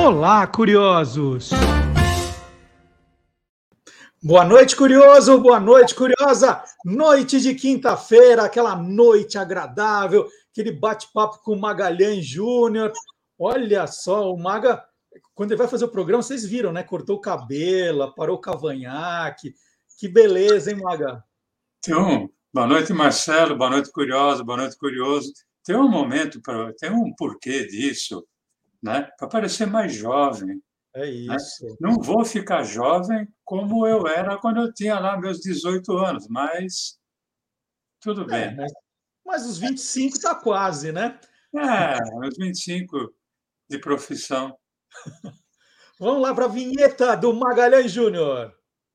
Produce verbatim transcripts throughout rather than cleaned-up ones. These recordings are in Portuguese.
Olá, curiosos! Boa noite, curioso! Boa noite, curiosa! Noite de quinta-feira, aquela noite agradável, aquele bate-papo com o Magalhães Júnior. Olha só, o Maga, quando ele vai fazer o programa, vocês viram, né? Cortou o cabelo, parou o cavanhaque. Que beleza, hein, Maga? Tem um, boa noite, Marcelo, boa noite, curiosa, boa noite, curioso. Tem um momento, pra, tem um porquê disso, né? Para parecer mais jovem, É né? isso. Não vou ficar jovem como eu era quando eu tinha lá meus dezoito anos, mas tudo É, bem. mas, mas os vinte e cinco tá quase, né? É, meus vinte e cinco de profissão. Vamos lá para a vinheta do Magalhães Júnior.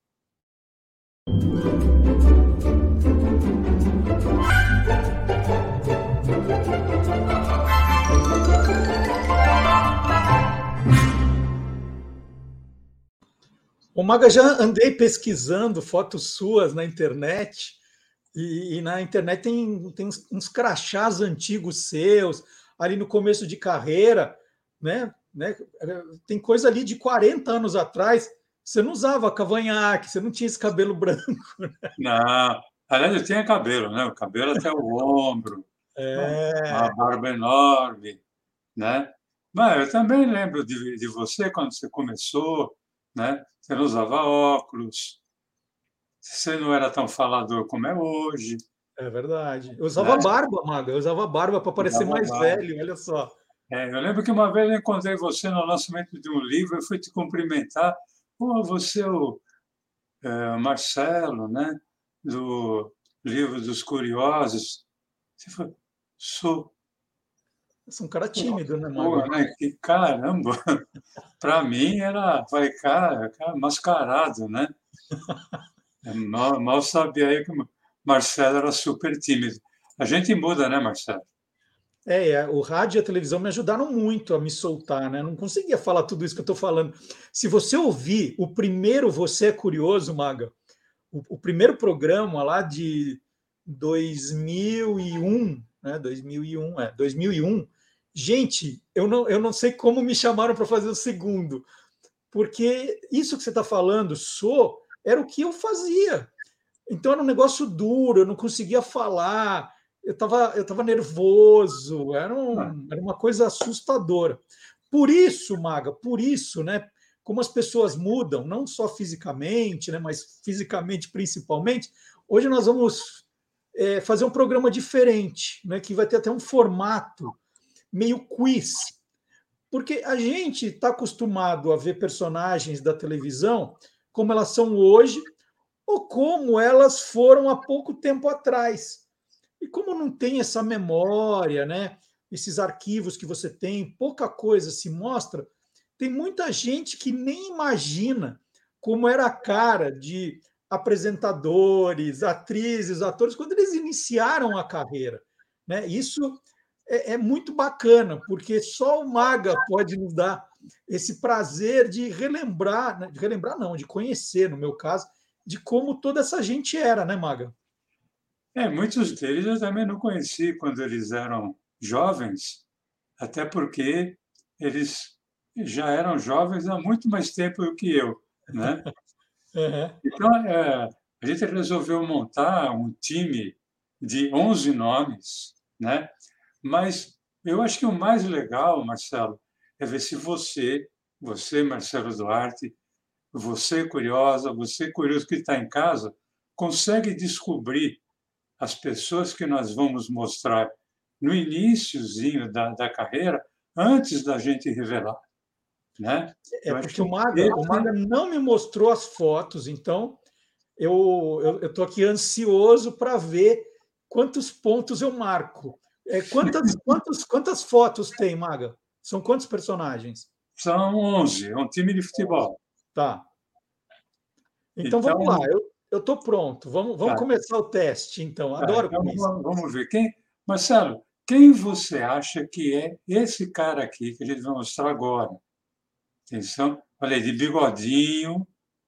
O Maga, já andei pesquisando fotos suas na internet, e, e na internet tem, tem uns, uns crachás antigos seus, ali no começo de carreira, né? né? Tem coisa ali de quarenta anos atrás, você não usava cavanhaque, você não tinha esse cabelo branco. Não, aliás, eu tinha cabelo, né? O cabelo até o ombro, uma É, barba enorme, né? Mas eu também lembro de, de você quando você começou, né? Você não usava óculos, você não era tão falador como é hoje, é verdade. Eu usava né? barba, Maga, eu usava barba para parecer Usava mais barba. velho, olha só. É, eu lembro que uma vez eu encontrei você no lançamento de um livro, eu fui te cumprimentar. Pô, você é o é, Marcelo, né? Do livro dos Curiosos. Você falou, sou. Eu sou um cara tímido, né, Pô, Maga? né? Que caramba! Para mim era, vai, cara, cara, mascarado, né? Eu Mal, mal sabia aí que o Marcelo era super tímido. A gente muda, né, Marcelo? É, é, o rádio e a televisão me ajudaram muito a me soltar, né? Eu não conseguia falar tudo isso que eu estou falando. Se você ouvir o primeiro Você é Curioso, Maga, o, o primeiro programa lá de dois mil e um, né? dois mil e um, é, dois mil e um. Gente, eu não, eu não sei como me chamaram para fazer o segundo, porque isso que você está falando, sou, era o que eu fazia. Então era um negócio duro, eu não conseguia falar, eu estava eu tava nervoso, era, Ah, um, era uma coisa assustadora. Por isso, Maga, por isso, né? Como as pessoas mudam, não só fisicamente, né, mas fisicamente principalmente, hoje nós vamos é, fazer um programa diferente, né, que vai ter até um formato meio quiz, porque a gente está acostumado a ver personagens da televisão como elas são hoje, ou como elas foram há pouco tempo atrás. E como não tem essa memória, né? Esses arquivos que você tem, pouca coisa se mostra, tem muita gente que nem imagina como era a cara de apresentadores, atrizes, atores, quando eles iniciaram a carreira. Né? Isso é, é muito bacana, porque só o Maga pode nos dar esse prazer de relembrar, né? de relembrar não, de conhecer, no meu caso, de como toda essa gente era, né, Maga? é, muitos deles eu também não conheci quando eles eram jovens, até porque eles já eram jovens há muito mais tempo do que eu, né? Uhum. Então, é, a gente resolveu montar um time de onze nomes, né? Mas eu acho que o mais legal, Marcelo, é ver se você, você, Marcelo Duarte, você curiosa, você curioso que está em casa, consegue descobrir as pessoas que nós vamos mostrar no iníciozinho da, da carreira, antes da gente revelar, né? É Eu acho porque que o Maga, o esse Maga não me mostrou as fotos, então eu estou aqui ansioso para ver quantos pontos eu marco. É, quantas, quantas, quantas fotos tem, Maga? São quantos personagens? são onze, é um time de futebol. Tá. Então Então, vamos lá, eu estou pronto. Vamos, vamos tá, começar o teste, então. tá, Adoro então quiz. vamos vamos ver. Quem, Marcelo, quem você acha que é esse cara aqui que a gente vai mostrar agora? Atenção, olha aí, de bigodinho,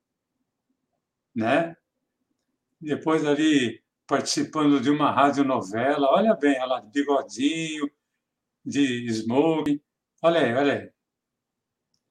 né? Depois ali participando de uma radionovela, olha bem, olha lá, de bigodinho, de smoking. Olha aí, olha aí.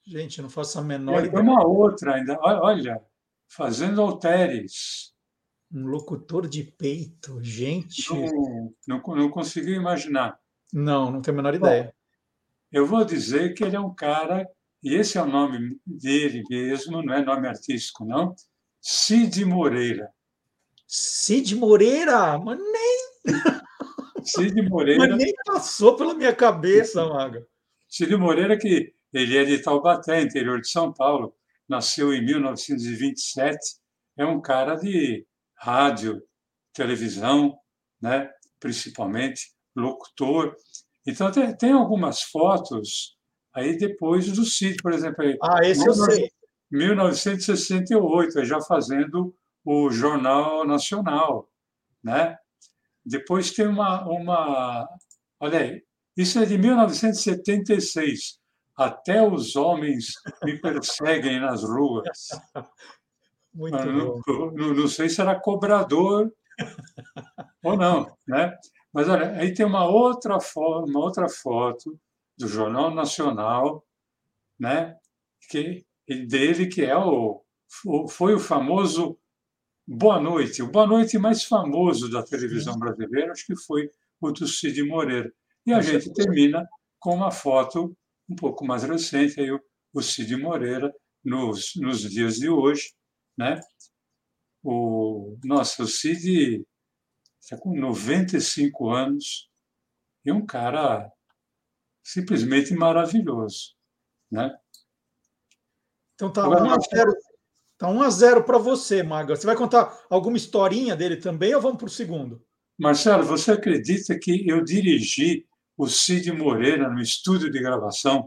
Gente, eu não faço a E menor tem ideia. uma outra ainda, olha, fazendo halteres. Um locutor de peito, gente. Não, não, não consigo imaginar. Não, não tenho a menor Bom, ideia. eu vou dizer que ele é um cara, e esse é o nome dele mesmo, não é nome artístico, não, Cid Moreira. Cid Moreira, mas nem, Cid mas Moreira, nem passou pela minha cabeça, Maga. Cid Moreira que ele é de Taubaté, interior de São Paulo, nasceu em mil novecentos e vinte e sete, é um cara de rádio, televisão, né, principalmente, locutor. Então, tem, tem algumas fotos aí depois do Cid, por exemplo, aí, Ah, esse eu sei. mil novecentos e sessenta e oito, já fazendo o Jornal Nacional, né? Depois tem uma, uma... Olha aí, isso é de mil novecentos e setenta e seis. Até os homens me perseguem nas ruas. Muito Não, bom. não, não sei se era cobrador ou não, né? Mas olha, aí tem uma outra foto, uma outra foto do Jornal Nacional, né? Que dele que é o foi o famoso Boa Noite, o Boa Noite mais famoso da Sim, televisão brasileira, acho que foi o do Cid Moreira. E a com gente certeza. termina com uma foto um pouco mais recente, aí o, o Cid Moreira nos, nos dias de hoje, né? O, nossa, o Cid está com noventa e cinco anos e um cara simplesmente maravilhoso, né? Então tá Agora, um a Marcelo, zero. Tá um a zero para você, Maga. Você vai contar alguma historinha dele também ou vamos para o segundo? Marcelo, você acredita que eu dirigi o Cid Moreira no estúdio de gravação?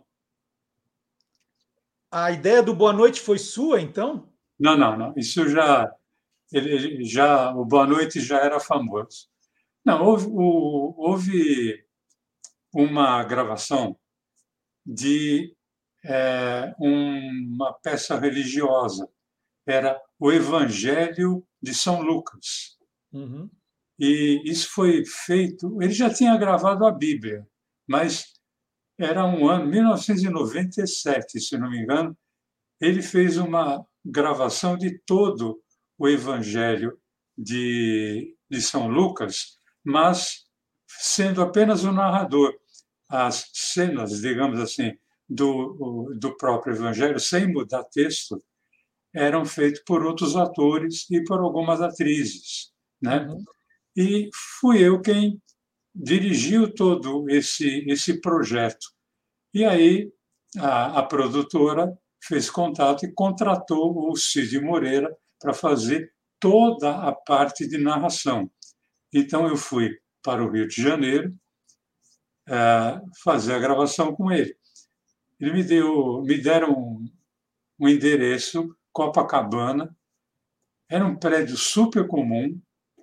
A ideia do Boa Noite foi sua, então? Não, não, não. Isso já, ele já, o Boa Noite já era famoso. Não, houve, o- houve uma gravação de é, uma peça religiosa. Era o Evangelho de São Lucas. Uhum. E isso foi feito. Ele já tinha gravado a Bíblia, mas era um ano, mil novecentos e noventa e sete, se não me engano. Ele fez uma gravação de todo o Evangelho de, de São Lucas, mas sendo apenas o narrador. As cenas, digamos assim, do, do próprio Evangelho, sem mudar texto, eram feitas por outros atores e por algumas atrizes, né? Uhum. E fui eu quem dirigiu todo esse, esse projeto. E aí a, a produtora fez contato e contratou o Cid Moreira para fazer toda a parte de narração. Então eu fui para o Rio de Janeiro eh, fazer a gravação com ele. Ele me deu, me deram um, um endereço, Copacabana, era um prédio super comum,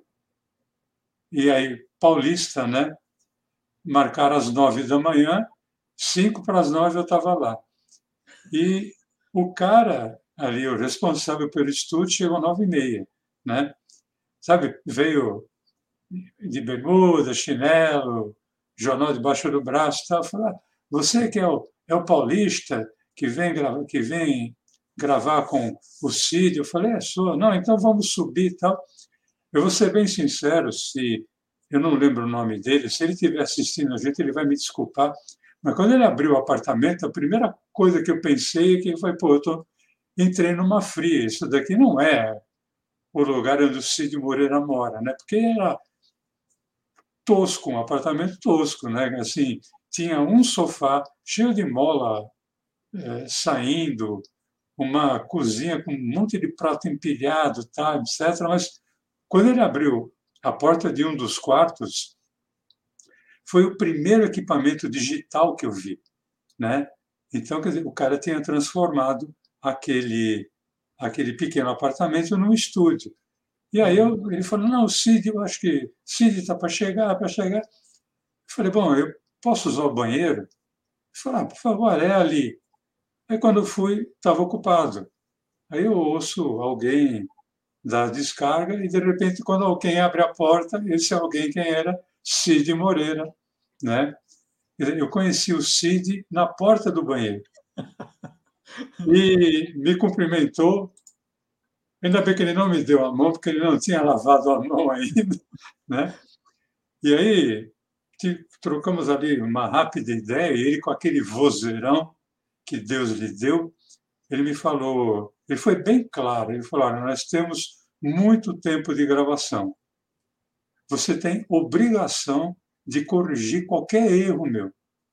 e aí paulista, né? Marcaram às nove da manhã, cinco para as nove eu estava lá. E o cara ali, o responsável pelo estúdio, chegou às nove e meia, né? Sabe, veio de bermuda, chinelo, jornal debaixo do braço e tal. Falou, ah, você que é o, é o paulista que vem, grava, que vem gravar com o Cid? Eu falei, é, sou. Não, então vamos subir e tal. Eu vou ser bem sincero, se eu não lembro o nome dele, se ele estiver assistindo a gente, ele vai me desculpar, mas quando ele abriu o apartamento, a primeira coisa que eu pensei é que foi, pô, eu tô, entrei numa fria, isso daqui não é o lugar onde o Cid Moreira mora, né? Porque era tosco, um apartamento tosco, né? Assim, tinha um sofá cheio de mola eh, saindo, uma cozinha com um monte de prato empilhado, tá, etcétera. Mas quando ele abriu a porta de um dos quartos, foi o primeiro equipamento digital que eu vi, né? Então, quer dizer, o cara tinha transformado aquele aquele pequeno apartamento num estúdio. E aí Uhum. eu, ele falou, não, o Cid, eu acho que Cid está para chegar, para chegar. Eu falei, bom, eu posso usar o banheiro? Ele falou, ah, por favor, é ali. Aí quando eu fui, estava ocupado. Aí eu ouço alguém dar descarga e, de repente, quando alguém abre a porta, esse alguém quem era? Cid Moreira, né? Eu conheci o Cid na porta do banheiro. e me cumprimentou. Ainda bem que ele não me deu a mão, porque ele não tinha lavado a mão ainda, né? E aí trocamos ali uma rápida ideia, e ele, com aquele vozeirão que Deus lhe deu, ele me falou, ele foi bem claro, ele falou, olha, nós temos muito tempo de gravação. Você tem obrigação de corrigir qualquer erro meu.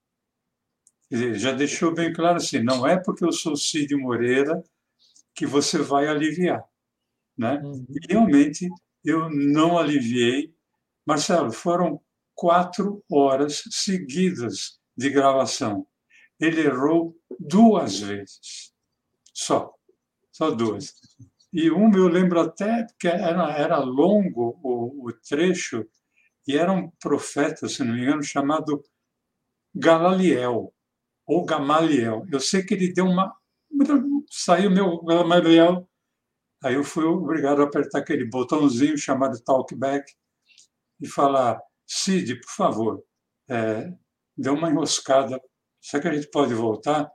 Ele já deixou bem claro assim, não é porque eu sou Cid Moreira que você vai aliviar, né? Uhum. E realmente eu não aliviei. Marcelo, foram quatro horas seguidas de gravação. Ele errou duas vezes, só, só duas. E uma eu lembro até que era, era longo o, o trecho, e era um profeta, se não me engano, chamado Galaliel, ou Gamaliel. Eu sei que ele deu uma... Saiu meu Gamaliel, aí eu fui obrigado a apertar aquele botãozinho chamado Talkback e falar, Cid, por favor, é, deu uma enroscada, será que a gente pode voltar?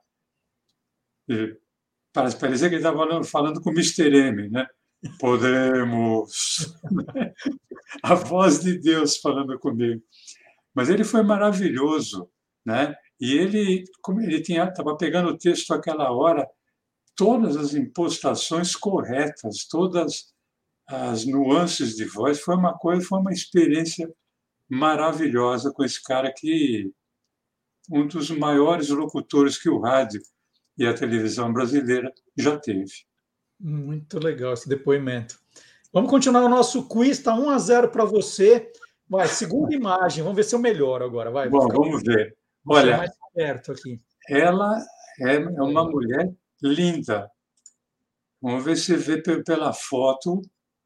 E parece, parecia que ele estava falando com o mister M, né? Podemos. A voz de Deus falando comigo. Mas ele foi maravilhoso, né? E ele, como ele tinha, estava pegando o texto àquela hora, todas as impostações corretas, todas as nuances de voz, foi uma coisa, foi uma experiência maravilhosa com esse cara que um dos maiores locutores que o rádio e a televisão brasileira já teve. Muito legal esse depoimento. Vamos continuar o nosso quiz, está um a zero para você. Vai, segunda imagem, vamos ver se eu melhoro agora. Vai, Bom, vou ficar, vamos ver. vou chegar Olha, mais perto aqui. ela é uma mulher linda. Vamos ver se vê pela foto.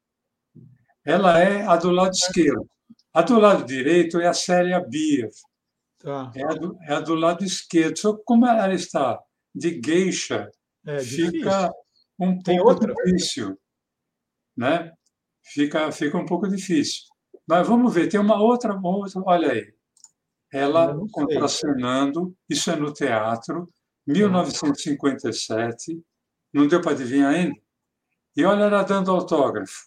Ela é a do lado esquerdo. A do lado direito é a Célia Bier. Tá. É, a do, é a do lado esquerdo. Só que como ela está de geisha, É fica difícil. um Tem pouco outra? difícil, né? Fica, fica um pouco difícil. Mas vamos ver, tem uma outra, outra olha aí. Ainda Ela não sei. contracenando, isso é no teatro, Tá. mil novecentos e cinquenta e sete, não deu para adivinhar ainda? E olha ela dando autógrafo.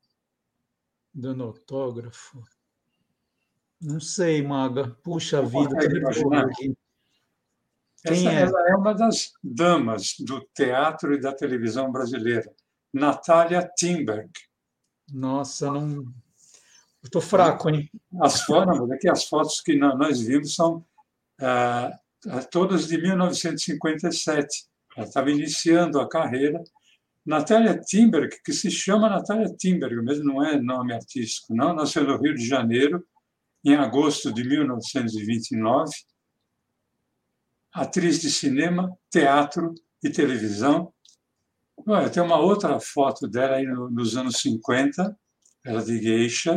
Dando autógrafo. Não sei, Maga. Puxa Não vida, consegue tô de imaginar? boa aqui. Essa, Quem é? ela é uma das damas do teatro e da televisão brasileira, Natália Timberg. Nossa, não. Estou fraco, hein? As fotos, aqui as fotos que nós vimos são ah, todas de mil novecentos e cinquenta e sete. Ela estava iniciando a carreira. Natália Timberg, que se chama Natália Timberg, mesmo não é nome artístico, não, nasceu no Rio de Janeiro, em agosto de mil novecentos e vinte e nove, atriz de cinema, teatro e televisão. Olha, tem uma outra foto dela aí nos anos cinquenta, ela de geisha,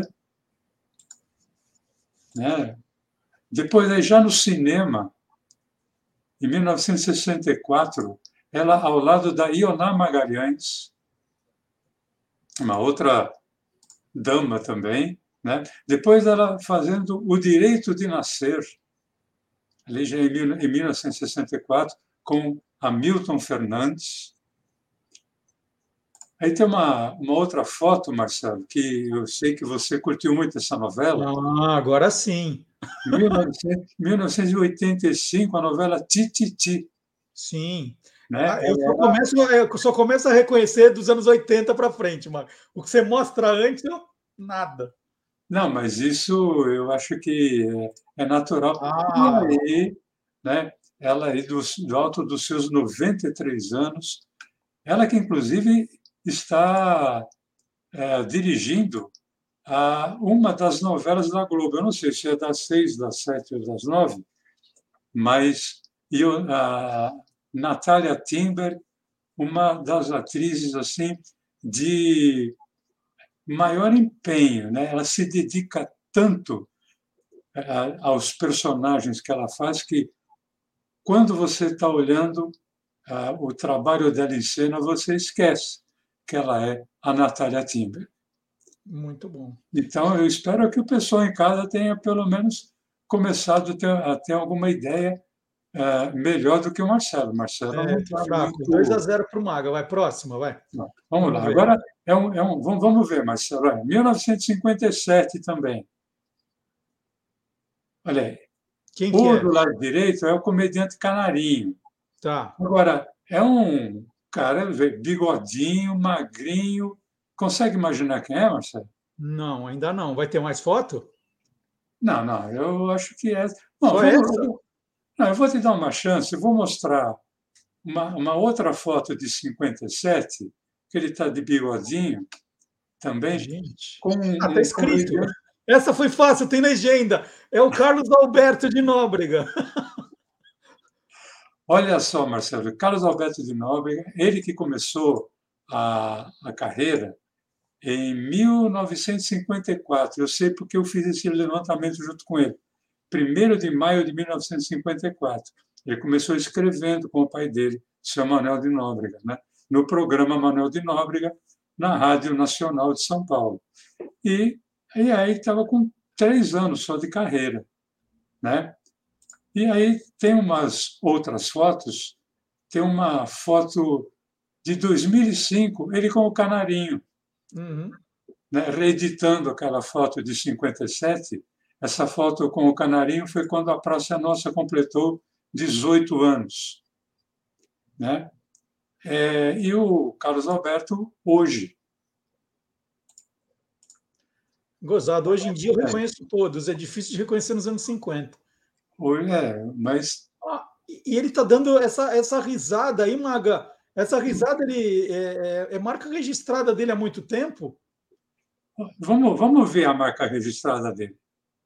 né? Depois, aí, já no cinema, em mil novecentos e sessenta e quatro, ela ao lado da Ioná Magalhães, uma outra dama também, né? Depois ela fazendo O Direito de Nascer, ali já em mil novecentos e sessenta e quatro, com Hamilton Fernandes. Aí tem uma, uma outra foto, Marcelo, que eu sei que você curtiu muito essa novela. Ah, agora sim. mil novecentos e oitenta e cinco, a novela Tititi. Sim. Né? Ah, eu só Ela, começo, eu só começo a reconhecer dos anos oitenta para frente, mano. O que você mostra antes, eu, nada. não, mas isso eu acho que é, é natural. Ela Ah, aí, né? Ela aí do, do alto dos seus noventa e três anos, ela que inclusive está é, dirigindo a uma das novelas da Globo. Eu não sei se é das seis, das sete ou das nove, mas eu, a Natália Timber, uma das atrizes assim de maior empenho, né? Ela se dedica tanto a, aos personagens que ela faz que quando você está olhando a, o trabalho dela em cena, você esquece que ela é a Natália Timber. muito bom. Então, eu espero que o pessoal em casa tenha pelo menos começado a ter, a ter alguma ideia é, melhor do que o Marcelo. Marcelo É, não tô está fraco. dois a muito. zero para o Maga. Vai, próxima, vai. Não. Vamos Vamos lá. ver. Agora, é um, é um, vamos, vamos ver, Marcelo. É, mil novecentos e cinquenta e sete também. Olha aí. Quem que O é? do lado direito é o comediante Canarinho. Tá. Agora, é um cara bigodinho, magrinho. Consegue imaginar quem é, Marcelo? Não, ainda não. Vai ter mais foto? Não, não, eu acho que é. Bom, Só vamos, essa? não, eu vou te dar uma chance, eu vou mostrar uma, uma outra foto de cinquenta e sete, que ele está de bigodinho também, Gente. com Ah, tá um, um escrito. comediante. Essa foi fácil, tem legenda. É o Carlos Alberto de Nóbrega. Olha só, Marcelo, Carlos Alberto de Nóbrega, ele que começou a, a carreira em mil novecentos e cinquenta e quatro. Eu sei porque eu fiz esse levantamento junto com ele. primeiro de maio de mil novecentos e cinquenta e quatro. Ele começou escrevendo com o pai dele, seu Manuel de Nóbrega, né? No programa Manuel de Nóbrega, na Rádio Nacional de São Paulo. E, e aí estava com três anos só de carreira, né? E aí tem umas outras fotos. Tem uma foto de dois mil e cinco, ele com o Canarinho, Uhum. né? Reeditando aquela foto de cinquenta e sete. Essa foto com o Canarinho foi quando a Praça Nossa completou dezoito anos, né? É, e o Carlos Alberto hoje. Gozado. Hoje em dia eu É, reconheço todos. É difícil de reconhecer nos anos cinquenta. hoje é, mas Ah, e ele tá dando essa, essa risada aí, Maga. Essa risada ele é, é- é marca registrada dele há muito tempo. vamos, vamos ver a marca registrada dele.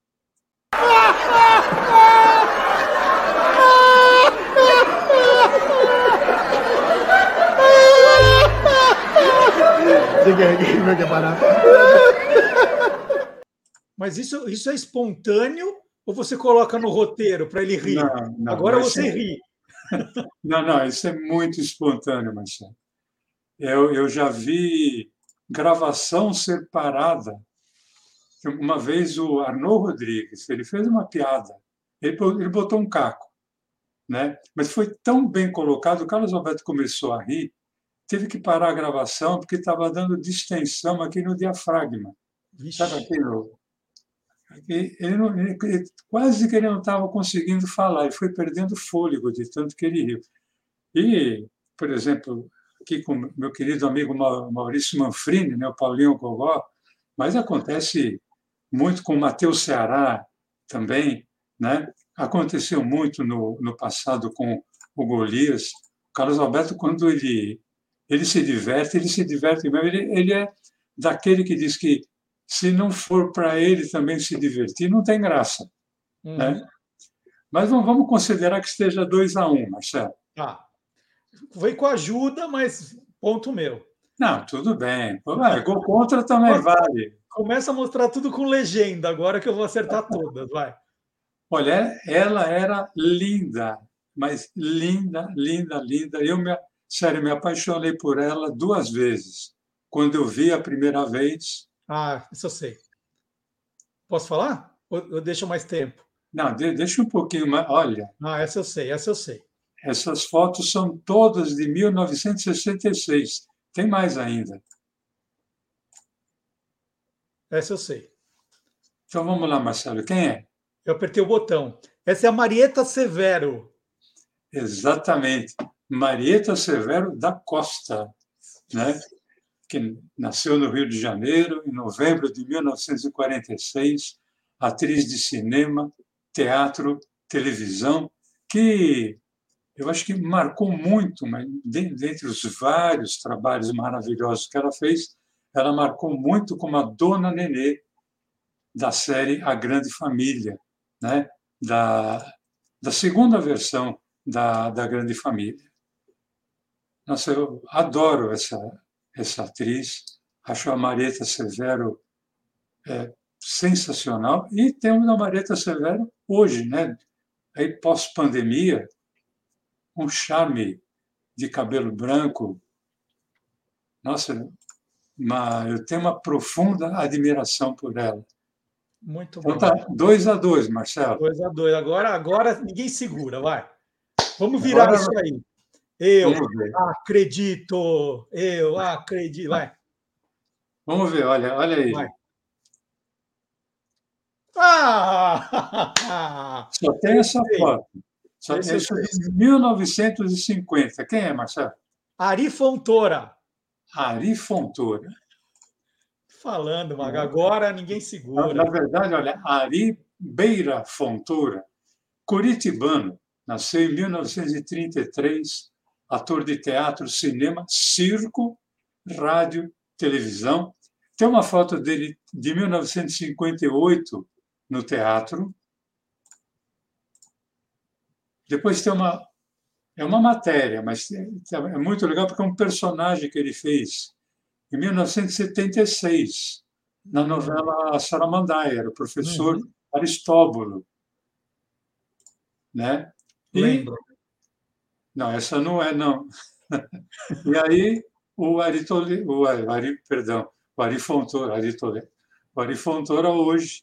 Mas isso, isso é espontâneo ou você coloca no roteiro para ele rir? Não, não, Agora mas você ri. não, não, isso é muito espontâneo, Marcelo. Eu, eu já vi gravação ser parada. Uma vez o Arnaud Rodrigues, ele fez uma piada, ele, ele botou um caco, né? Mas foi tão bem colocado, o Carlos Alberto começou a rir, teve que parar a gravação porque estava dando distensão aqui no diafragma. Sabe Vixe. aquilo? Ele, ele não, ele, quase que ele não estava conseguindo falar, ele foi perdendo fôlego de tanto que ele riu. E, por exemplo, aqui com meu querido amigo Maurício Manfrini, né, o Paulinho Gogó, mas acontece muito com o Matheus Ceará também, né? Aconteceu muito no, no passado com o Golias. O Carlos Alberto, quando ele, ele se diverte, ele se diverte mesmo. Ele, ele é daquele que diz que se não for para ele também se divertir, não tem graça, né? Uhum. Mas vamos, vamos considerar que esteja dois a um, Marcelo. Tá. Foi com ajuda, mas ponto meu. Não, tudo bem. Ué, gol contra também vale. Começa a mostrar tudo com legenda, agora que eu vou acertar todas, vai. Olha, ela era linda, mas linda, linda, linda. Eu, me, sério, me apaixonei por ela duas vezes. Quando eu vi a primeira vez. Ah, isso eu sei. Posso falar? Ou eu deixo mais tempo? Não, de, deixa um pouquinho mais. Olha, Ah, essa eu sei, essa eu sei. essas fotos são todas de mil novecentos e sessenta e seis. Tem mais ainda. Essa eu sei. Então vamos lá, Marcelo. Quem é? Eu apertei o botão. Essa é a Marieta Severo. Exatamente. Marieta Severo da Costa, né? Que nasceu no Rio de Janeiro, em novembro de mil novecentos e quarenta e seis, atriz de cinema, teatro, televisão, que eu acho que marcou muito, mas dentre os vários trabalhos maravilhosos que ela fez, ela marcou muito como a Dona Nenê da série A Grande Família, né? da, da segunda versão da, da Grande Família. Nossa, eu adoro essa, essa atriz, acho a Marieta Severo é, sensacional, e temos a Marieta Severo hoje, né? Aí, pós-pandemia, um charme de cabelo branco. Nossa, uma, eu tenho uma profunda admiração por ela. Muito Então bom. tá dois a dois, Marcelo. dois a dois. Agora, agora ninguém segura, vai. Vamos virar Agora, isso aí. Eu vamos ver. acredito, eu acredito. Vai, Vamos ver, olha, olha vai. aí. Ah! Só tem Eu essa sei, foto. Só esse tem eu isso sei. de mil novecentos e cinquenta. Quem é, Marcelo? Ari Fontoura. Ari Fontoura. Falando, Maga, agora ninguém Na, na segura. verdade, olha, Ari Beira Fontoura, curitibano, nasceu em mil novecentos e trinta e três, ator de teatro, cinema, circo, rádio, televisão. Tem uma foto dele de mil novecentos e cinquenta e oito no teatro. Depois tem uma é uma matéria, mas é muito legal porque é um personagem que ele fez em mil novecentos e setenta e seis, na Hum, novela A Saramandaia, era o professor uhum, Aristóbulo, né? E lembro. não, essa não é não. E aí o Ari Tole, o Ari, perdão, o Ari Fontoura, Ari Tole, o Ari Fontoura hoje,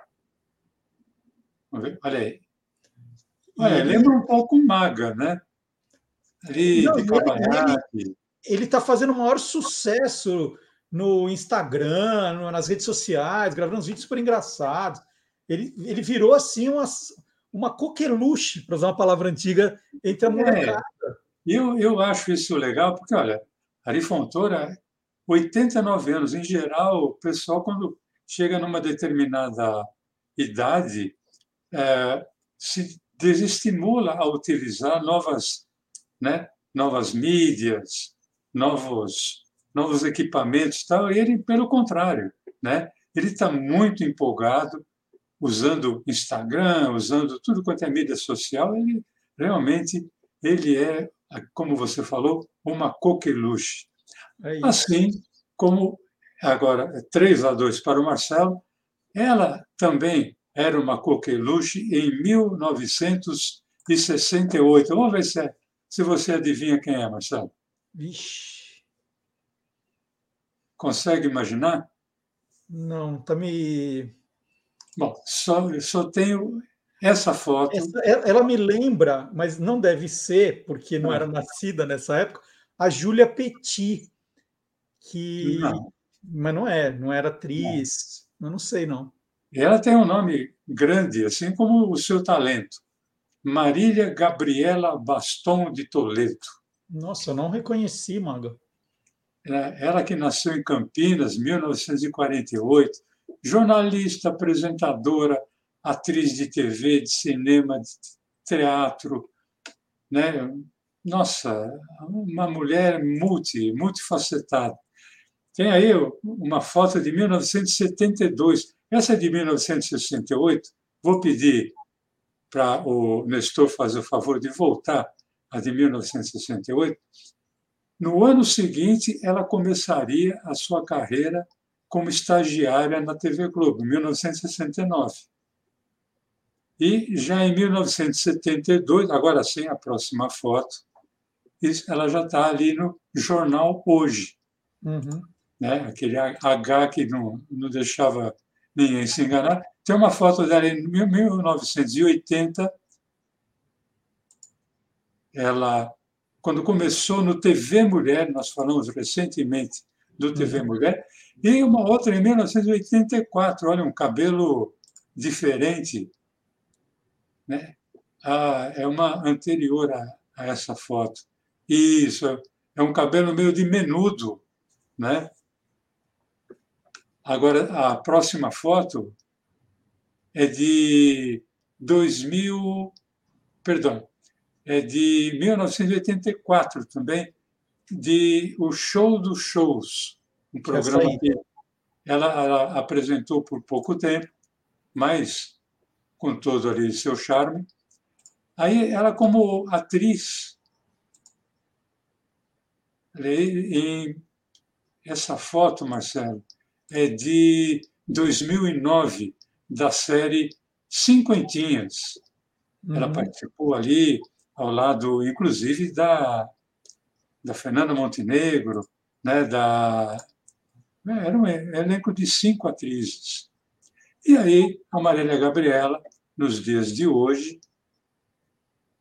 olha aí, E olha, ele, lembra um pouco Maga, né? Ali não, de e ele, e ele, cavanhaque. ele tá fazendo o maior sucesso no Instagram, no- nas redes sociais, gravando uns vídeos super engraçados. Ele, ele virou assim uma, uma coqueluche, para usar uma palavra antiga, entre a É, molecada. eu, eu acho isso legal, porque, olha, Ari Fontoura, oitenta e nove anos, em geral, o pessoal, quando chega numa determinada idade, eh, se desestimula a utilizar novas, né, novas mídias, novos, novos equipamentos e tal, e ele, pelo contrário, né, ele está muito empolgado, usando Instagram, usando tudo quanto é mídia social, ele realmente ele é, como você falou, uma coqueluche. É isso. Assim como, agora, três a dois para o Marcelo, ela também era uma coqueluche em mil novecentos e sessenta e oito. Vamos ver se, é, se você adivinha quem é, Marcelo. Vixe, Consegue imaginar? não, tá me. Bom, só, só tenho essa foto. Essa- ela ela me lembra, mas não deve ser, porque não era Ah, nascida nessa época, a Júlia Petit, que. não, Mas não é, não era não. atriz. Eu não sei, não. E ela tem um nome grande, assim como o seu talento. Marília Gabriela Baston de Toledo. Nossa, eu não reconheci, Maga. Ela que nasceu em Campinas, mil novecentos e quarenta e oito, jornalista, apresentadora, atriz de T V, de cinema, de teatro, né? Nossa, uma mulher multi, multifacetada. Tem aí uma foto de mil novecentos e setenta e dois. Essa é de mil novecentos e sessenta e oito. Vou pedir para o Nestor fazer o favor de voltar a de mil novecentos e sessenta e oito. No ano seguinte, ela começaria a sua carreira como estagiária na T V Globo, em mil novecentos e sessenta e nove. E já em mil novecentos e setenta e dois, agora sim, a próxima foto, ela já está ali no Jornal Hoje, Uhum. né? Aquele H que não, não deixava ninguém se enganar. Tem uma foto dela em mil novecentos e oitenta, ela, quando começou no T V Mulher, nós falamos recentemente do T V Uhum. Mulher, e uma outra em mil novecentos e oitenta e quatro, olha, um cabelo diferente, né? Ah, é uma anterior a, a essa foto. Isso, é um cabelo meio de menudo, né? Agora, a próxima foto é de dois mil, perdão, é de mil novecentos e oitenta e quatro também, de O Show dos Shows, um Que é essa programa aí. que ela, ela apresentou por pouco tempo, mas com todo ali seu charme. Aí ela como atriz, em essa foto, Marcelo, é de dois mil e nove, da série Cinquentinhas. Ela Uhum. participou ali ao lado, inclusive, da, da Fernanda Montenegro, né, da, era um elenco de cinco atrizes. E aí, a Marília Gabriela, nos dias de hoje,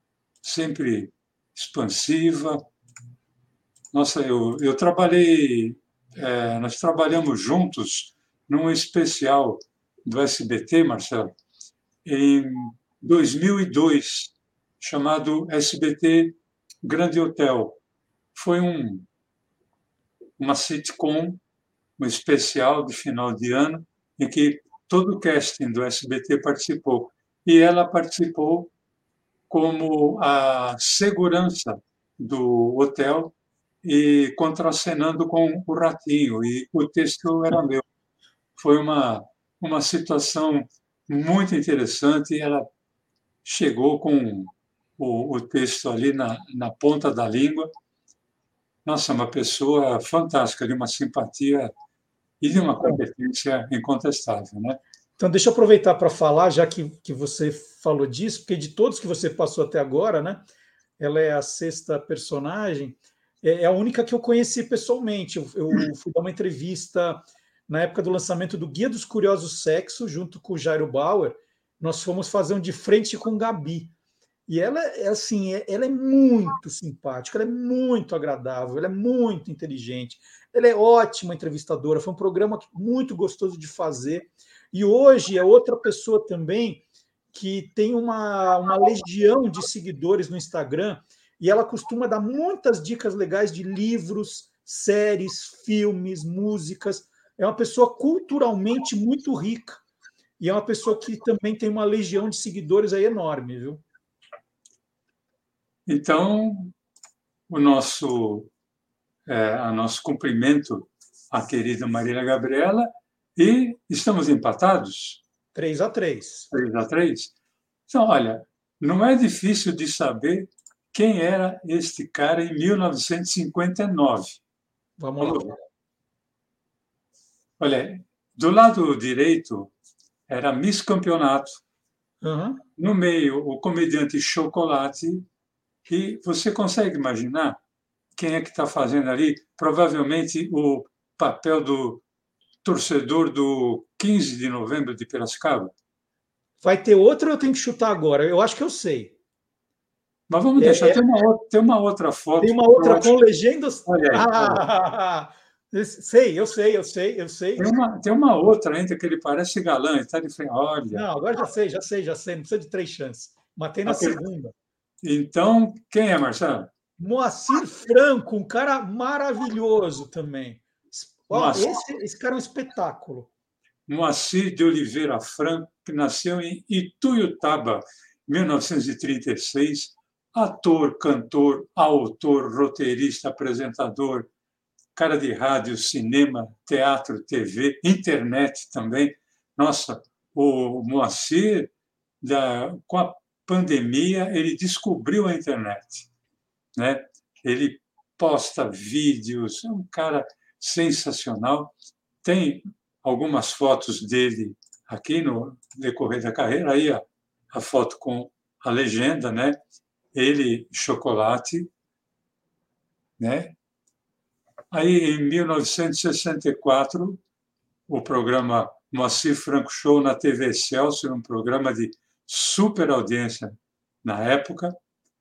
sempre expansiva. Nossa, eu, eu trabalhei, é, nós trabalhamos juntos num especial do S B T, Marcelo, em dois mil e dois, chamado S B T Grande Hotel. Foi um, uma sitcom, um especial de final de ano, em que todo o casting do S B T participou. E ela participou como a segurança do hotel e contracenando com o Ratinho, e o texto era meu. Foi uma, uma situação muito interessante, e ela chegou com o, o texto ali na, na ponta da língua. Nossa, uma pessoa fantástica, de uma simpatia e de uma Então, competência incontestável, né? então, deixa eu aproveitar para falar, já que, que você falou disso, porque de todos que você passou até agora, né? Ela é a sexta personagem, é, é a única que eu conheci pessoalmente. Eu, eu fui dar uma entrevista na época do lançamento do Guia dos Curiosos Sexo, junto com o Jairo Bauer. Nós fomos fazer um de frente com Gabi. E ela é assim, é- ela é muito simpática, ela é muito agradável, ela é muito inteligente, ela é ótima entrevistadora. Foi um programa muito gostoso de fazer. E hoje é outra pessoa também que tem uma, uma legião de seguidores no Instagram, e ela costuma dar muitas dicas legais de livros, séries, filmes, músicas. É uma pessoa culturalmente muito rica. E é uma pessoa que também tem uma legião de seguidores aí enorme, viu? Então, o nosso, é, a nosso cumprimento à querida Marília Gabriela, e estamos empatados, Três a três. três a três. Então, olha, não é difícil de saber quem era este cara em mil novecentos e cinquenta e nove. Vamos Vamos lá. ver. Olha, do lado direito era Miss Campeonato, Uhum. no meio o comediante Chocolate, e você consegue imaginar quem é que está fazendo ali? Provavelmente o papel do torcedor do quinze de novembro de Piracicaba. Vai ter outra ou eu tenho que chutar agora? Eu acho que eu sei. Mas vamos É, deixar, é, tem uma outra, tem uma outra tem foto uma que eu outra acho. com legendas. Olha aí, olha aí. Ah, sei, eu sei, eu sei, eu sei. Tem uma, tem uma outra ainda que ele parece galã, está de frente. Olha. Não, agora já sei, já sei, já sei. Não precisa de três chances. Matei na aquele- segunda. Então, quem é, Marcelo? Moacir Franco, um cara maravilhoso também. Ó, Moacir esse, esse cara é um espetáculo. Moacir de Oliveira Franco, que nasceu em Ituiutaba, mil novecentos e trinta e seis, ator, cantor, autor, roteirista, apresentador, cara de rádio, cinema, teatro, T V, internet também. Nossa, o Moacir, da, com a pandemia, ele descobriu a internet, né? Ele posta vídeos, é um cara sensacional. Tem algumas fotos dele aqui no decorrer da carreira, aí a, a foto com a legenda, né? Ele, Chocolate, né? Aí, em mil novecentos e sessenta e quatro, o programa Moacir Franco Show na T V Excelsior, um programa de super audiência na época.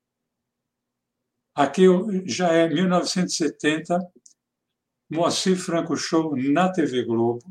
Aqui já é mil novecentos e setenta, Moacir Franco Show na T V Globo.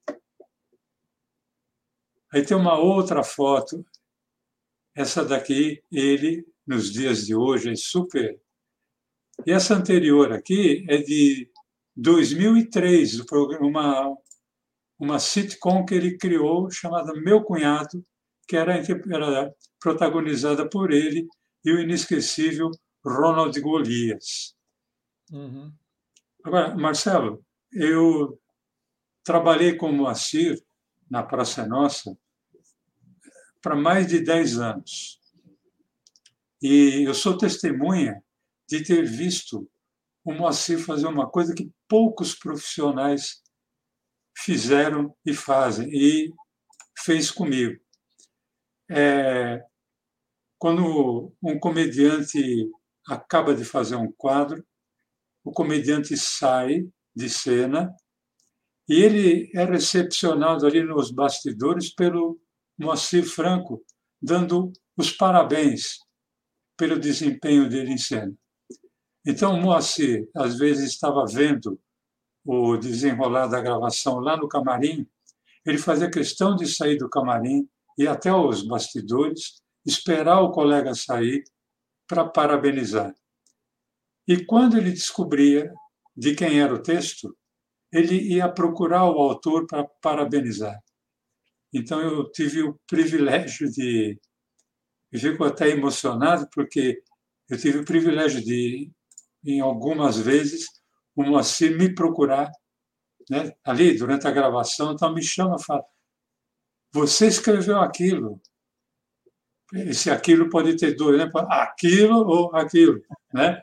Aí tem uma outra foto, essa daqui, ele, nos dias de hoje, é super. E essa anterior aqui é de dois mil e três, uma, uma sitcom que ele criou chamada Meu Cunhado, que era, era protagonizada por ele e o inesquecível Ronald Golias. Uhum. Agora, Marcelo, eu trabalhei com o Moacir na Praça Nossa para mais de dez anos. E eu sou testemunha de ter visto o Moacir fazer uma coisa que poucos profissionais fizeram e fazem, e fez comigo. É, quando um comediante acaba de fazer um quadro, o comediante sai de cena e ele é recepcionado ali nos bastidores pelo Moacir Franco, dando os parabéns pelo desempenho dele em cena. Então, o Moacir, às vezes, estava vendo o desenrolar da gravação lá no camarim, ele fazia questão de sair do camarim, ir até os bastidores, esperar o colega sair para parabenizar. E quando ele descobria de quem era o texto, ele ia procurar o autor para parabenizar. Então, eu tive o privilégio de... Eu fico até emocionado, porque eu tive o privilégio de, em algumas vezes, o Moacir me procurar, né, ali, durante a gravação, então me chama e fala: você escreveu aquilo. Esse aquilo pode ter dois, né? Aquilo ou aquilo, né?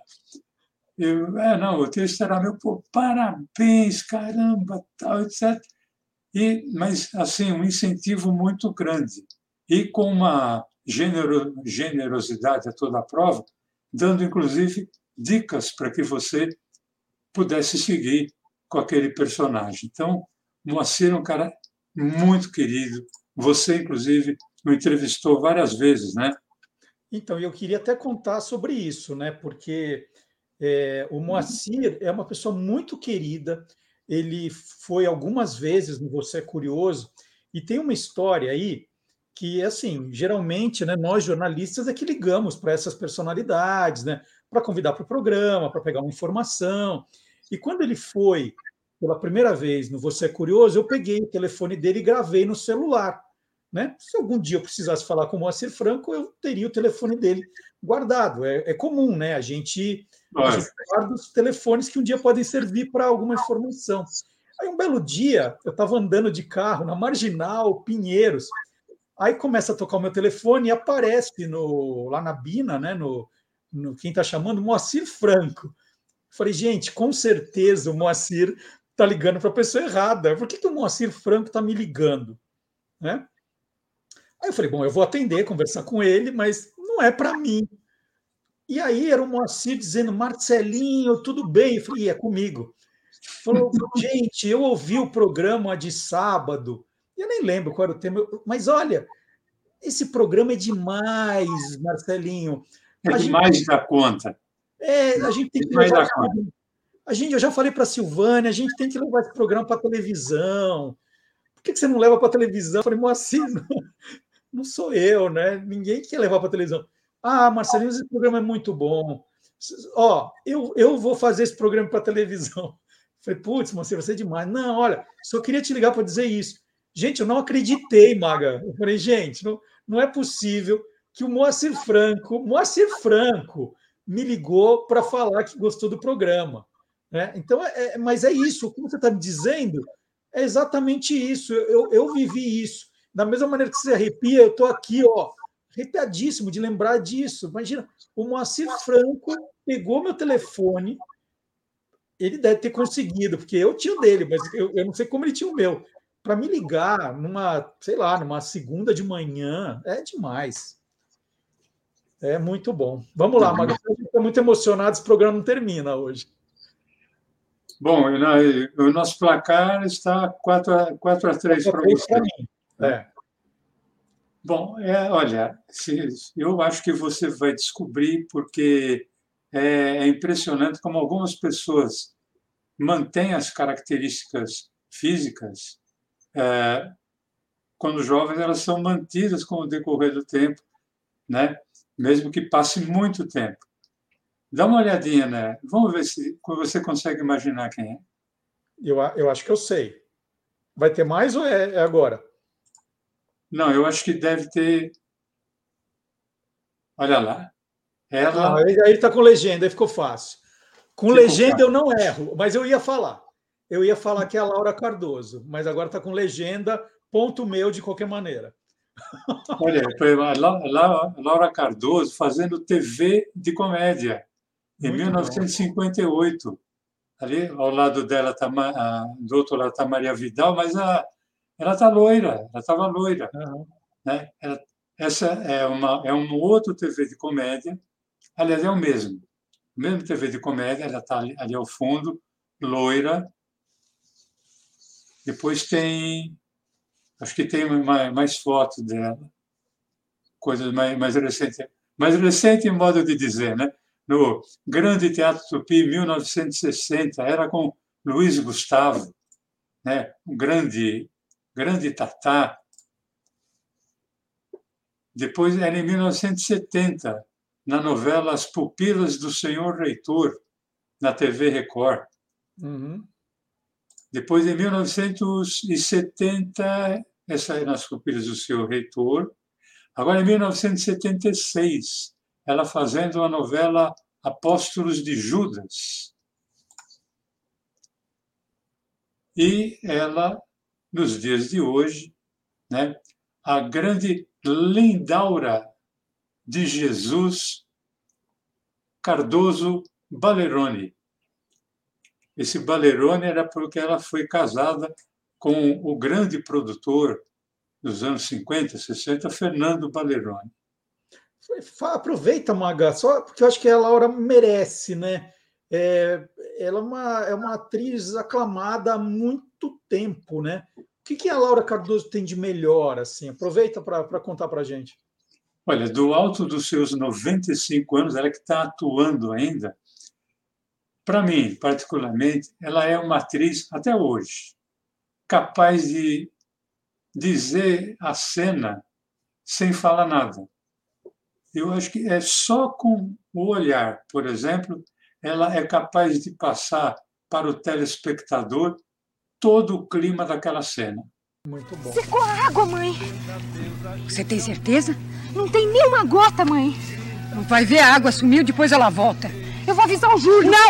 Eu, é, não, o texto era meu, pô, parabéns, caramba, tal, etcétera. E, mas, assim, um incentivo muito grande. E com uma genero, generosidade a toda a prova, dando, inclusive, dicas para que você pudesse seguir com aquele personagem. Então, Moacir é um cara muito querido. Você, inclusive, o entrevistou várias vezes, né? Então, eu queria até contar sobre isso, né? Porque é, o Moacir é uma pessoa muito querida. Ele foi algumas vezes no Você é Curioso e tem uma história aí que, assim, geralmente, né, nós jornalistas é que ligamos para essas personalidades, né, para convidar para o programa, para pegar uma informação. E quando ele foi pela primeira vez no Você é Curioso, eu peguei o telefone dele e gravei no celular. Né? Se algum dia eu precisasse falar com o Moacir Franco, eu teria o telefone dele guardado. É, é comum, né? A gente, a gente guarda os telefones que um dia podem servir para alguma informação. Aí, um belo dia, eu estava andando de carro na Marginal Pinheiros. Aí começa a tocar o meu telefone e aparece no, lá na Bina, né? No, no quem está chamando, Moacir Franco. Falei, gente, com certeza o Moacir está ligando para a pessoa errada. Por que, que o Moacir Franco está me ligando? Né? Aí eu falei, bom, eu vou atender, conversar com ele, mas não é para mim. E aí era o Moacir dizendo, Marcelinho, tudo bem? Eu falei, é comigo. Falou, gente, eu ouvi o programa de sábado, eu nem lembro qual era o tema, mas olha, esse programa é demais, Marcelinho. É A gente, demais da conta. é, a gente tem É que demais levar da esse conta. programa. A gente, eu já falei para a Silvânia, a gente tem que levar esse programa para televisão. Por que você não leva para televisão? Eu falei, Moacir, não, não sou eu, né? Ninguém quer levar para televisão. Ah, Marcelinho, esse programa é muito bom. Ó, eu, eu vou fazer esse programa para televisão. Falei, putz, Marcelo, você é demais. Não, olha, só queria te ligar para dizer isso. Gente, eu não acreditei, Maga. Eu falei, gente, não, não é possível que o Moacir Franco, Moacir Franco, me ligou para falar que gostou do programa. Né? Então, é, é, mas é isso, o que você está me dizendo é exatamente isso. Eu, eu vivi isso. Da mesma maneira que você arrepia, eu estou aqui, ó, arrepiadíssimo de lembrar disso. Imagina, o Moacir Franco pegou meu telefone, ele deve ter conseguido, porque eu tinha o dele, mas eu, eu não sei como ele tinha o meu, para me ligar numa, sei lá, numa segunda de manhã, é demais. É muito bom. Vamos lá, Maga, a gente está muito emocionado, esse programa não termina hoje. Bom, o nosso placar está quatro a três para você. Para mim. Né? É. Bom, é, olha, se, eu acho que você vai descobrir, porque é, é impressionante como algumas pessoas mantêm as características físicas, é, quando jovens, elas são mantidas com o decorrer do tempo, né? Mesmo que passe muito tempo. Dá uma olhadinha, né? Vamos ver se você consegue imaginar quem é. Eu, eu acho que eu sei. Vai ter mais ou é, é agora? Não, eu acho que deve ter. Olha lá. Ah, Ela. aí está com legenda, aí ficou fácil. Com Ficou legenda eu fácil. não erro, mas eu ia falar. Eu ia falar que é a Laura Cardoso, mas agora está com legenda, ponto meu de qualquer maneira. Olha, foi a Laura Cardoso fazendo T V de comédia em Muito bom. mil novecentos e cinquenta e oito. Ali ao lado dela tá, do outro lado está Maria Vidal, mas a, ela está loira, ela estava loira. Uhum. Né? Ela, essa é, uma, é um outro T V de comédia, aliás, é o mesmo. O mesmo T V de comédia, ela está ali, ali ao fundo, loira. Depois tem, acho que tem mais, mais fotos dela, coisas mais, mais recentes. mais recente, em modo de dizer, né? No Grande Teatro Tupi, mil novecentos e sessenta, era com Luiz Gustavo, né? Um grande, grande tatá. Depois era em mil novecentos e setenta, na novela As Pupilas do Senhor Reitor, na T V Record. Uhum. Depois, em mil novecentos e setenta, essa era As Pupilas do Senhor Reitor. Agora, em mil novecentos e setenta e seis, ela fazendo a novela Apóstolos de Judas. E ela, nos dias de hoje, né, a grande Lindaura de Jesus Cardoso Baleroni. Esse Baleroni era porque ela foi casada com o grande produtor dos anos cinquenta, sessenta, Fernando Baleroni. Aproveita, Maga, só porque eu acho que a Laura merece, né? É, ela é uma, é uma atriz aclamada há muito tempo, né? O que, que a Laura Cardoso tem de melhor, assim? Aproveita para contar para a gente. Olha, do alto dos seus noventa e cinco anos, ela que está atuando ainda, para mim, particularmente, ela é uma atriz, até hoje, capaz de dizer a cena sem falar nada. Eu acho que é só com o olhar, por exemplo, ela é capaz de passar para o telespectador todo o clima daquela cena. Muito bom. Secou a água, mãe. Você tem certeza? Não tem nenhuma gota, mãe. Não vai ver, a água sumiu, depois ela volta. Eu vou avisar o Júlio. Não!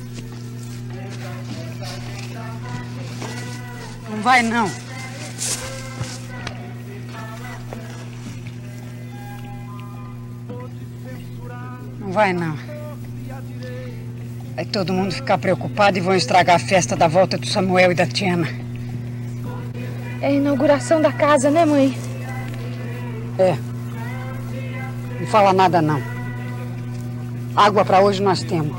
Não vai, não. Não vai, não. Vai todo mundo ficar preocupado e vão estragar a festa da volta do Samuel e da Tiana. É a inauguração da casa, né, mãe? É. Não fala nada, não. Água para hoje nós temos.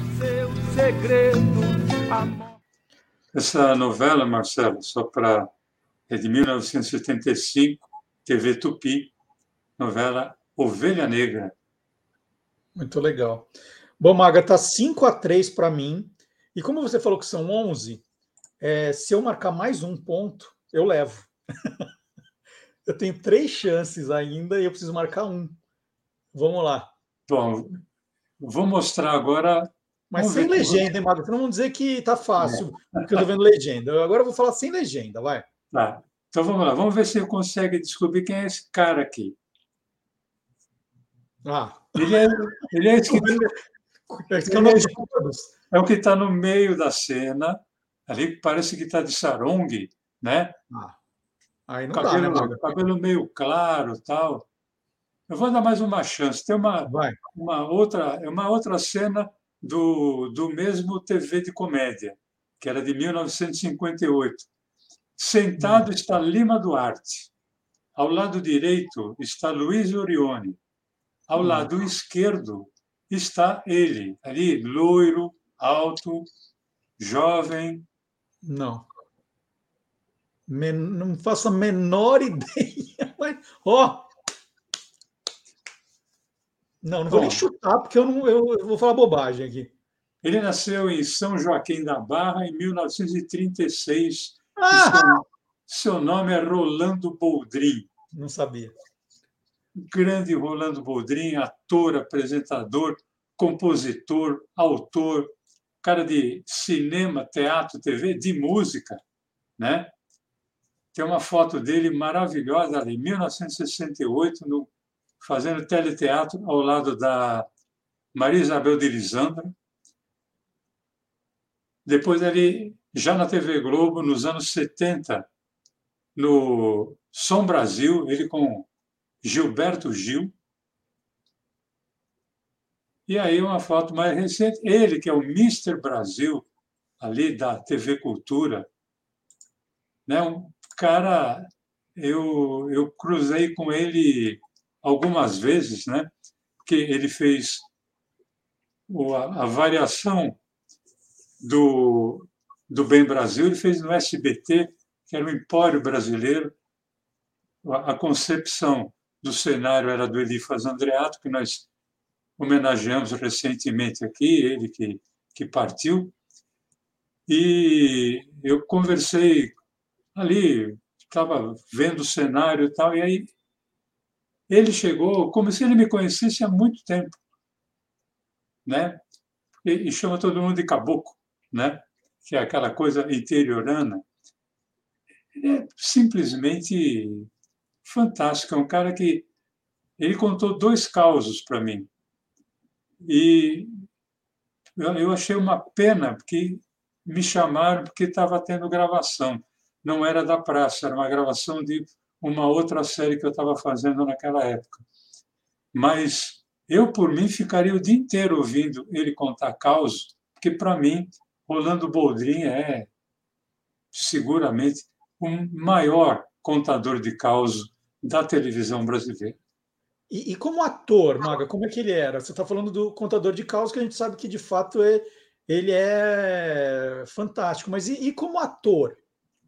Essa novela, Marcelo, só para... é de mil novecentos e setenta e cinco, T V Tupi, novela Ovelha Negra. Muito legal. Bom, Maga, tá cinco a três para mim. E como você falou que são onze, é, se eu marcar mais um ponto, eu levo. Eu tenho três chances ainda e eu preciso marcar um. Vamos lá. Bom, vou mostrar agora... Mas vamos sem ver legenda, hein, Maga? Não vamos dizer que tá fácil, é. porque eu tô vendo legenda. Agora eu vou falar sem legenda, vai. Tá. Então vamos lá, vamos ver se eu consigo descobrir quem é esse cara aqui. Ah. Ele é, ele é esse que... Esse que é, o nome de todos. É o que está no meio da cena, ali parece que está de sarong, né? Ah. Aí não cabelo, dá, né, Maga? Cabelo meio claro, tal. Eu vou dar mais uma chance. Tem uma, uma, outra, uma outra cena do, do mesmo T V de comédia, que era de mil novecentos e cinquenta e oito. Sentado hum. está Lima Duarte. Ao lado direito está Luiz Orione. Ao hum. lado esquerdo está ele, ali, loiro, alto, jovem. Não. Men não faço a menor ideia. Mas, ó. Não, não vou Bom, nem chutar, porque eu, não, eu, eu vou falar bobagem aqui. Ele nasceu em São Joaquim da Barra em mil novecentos e trinta e seis. Ah! E seu, seu nome é Rolando Boldrin. Não sabia. Grande Rolando Boldrin, ator, apresentador, compositor, autor, cara de cinema, teatro, T V, de música, né? Tem uma foto dele maravilhosa, em mil novecentos e sessenta e oito, no, fazendo teleteatro ao lado da Maria Isabel de Lisandra. Depois, ele, já na T V Globo, nos anos setenta, no Som Brasil, ele com Gilberto Gil. E aí, uma foto mais recente, ele, que é o mister Brasil, ali da T V Cultura, né? Um cara, eu, eu cruzei com ele algumas vezes, né? Porque ele fez a, a variação do, do Bem Brasil, ele fez no S B T, que era o Empório Brasileiro, a, a concepção do cenário era do Elifas Andreato, que nós homenageamos recentemente aqui, ele que, que partiu. E eu conversei ali, estava vendo o cenário e tal, e aí ele chegou como se ele me conhecesse há muito tempo, né? E, e chama todo mundo de caboclo, né? Que é aquela coisa interiorana. Ele é simplesmente fantástico. É um cara que ele contou dois causos para mim. E eu, eu achei uma pena, porque me chamaram porque estava tendo gravação. Não era da praça, era uma gravação de uma outra série que eu estava fazendo naquela época. Mas eu, por mim, ficaria o dia inteiro ouvindo ele contar causos, porque, para mim, Rolando Boldrin é seguramente o maior contador de causos da televisão brasileira. E, e como ator, Maga, como é que ele era? Você está falando do contador de causos, que a gente sabe que, de fato, é, ele é fantástico. Mas e, e como ator?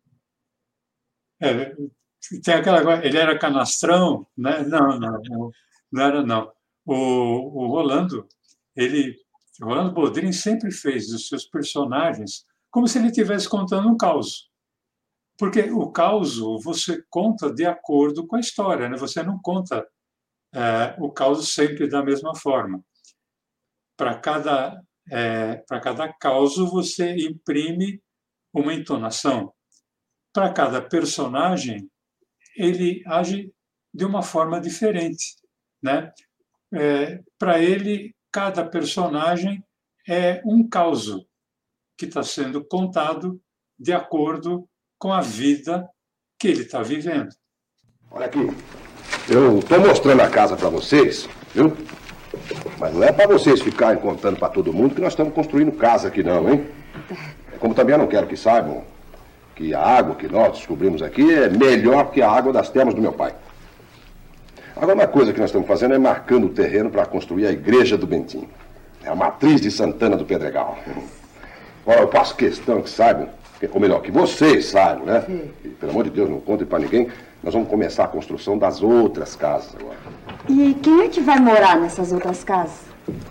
É, tem aquela, ele era canastrão, né? Não, não, não era não. O, o Rolando, ele, o Rolando Boldrin sempre fez dos seus personagens como se ele estivesse contando um caos, porque o caos você conta de acordo com a história, né? Você não conta é, o caos sempre da mesma forma. Para cada é, para cada caos você imprime uma entonação. Para cada personagem ele age de uma forma diferente, né? É, para ele, cada personagem é um caos que está sendo contado de acordo com a vida que ele está vivendo. Olha aqui, eu estou mostrando a casa para vocês, viu? Mas não é para vocês ficarem contando para todo mundo que nós estamos construindo casa aqui não, hein? Como também eu não quero que saibam que a água que nós descobrimos aqui é melhor que a água das termas do meu pai. Agora, uma coisa que nós estamos fazendo é marcando o terreno para construir a igreja do Bentinho. É a matriz de Santana do Pedregal. Agora, eu faço questão que saibam, ou melhor, que vocês saibam, né? E, pelo amor de Deus, não contem para ninguém, nós vamos começar a construção das outras casas agora. E quem é que vai morar nessas outras casas?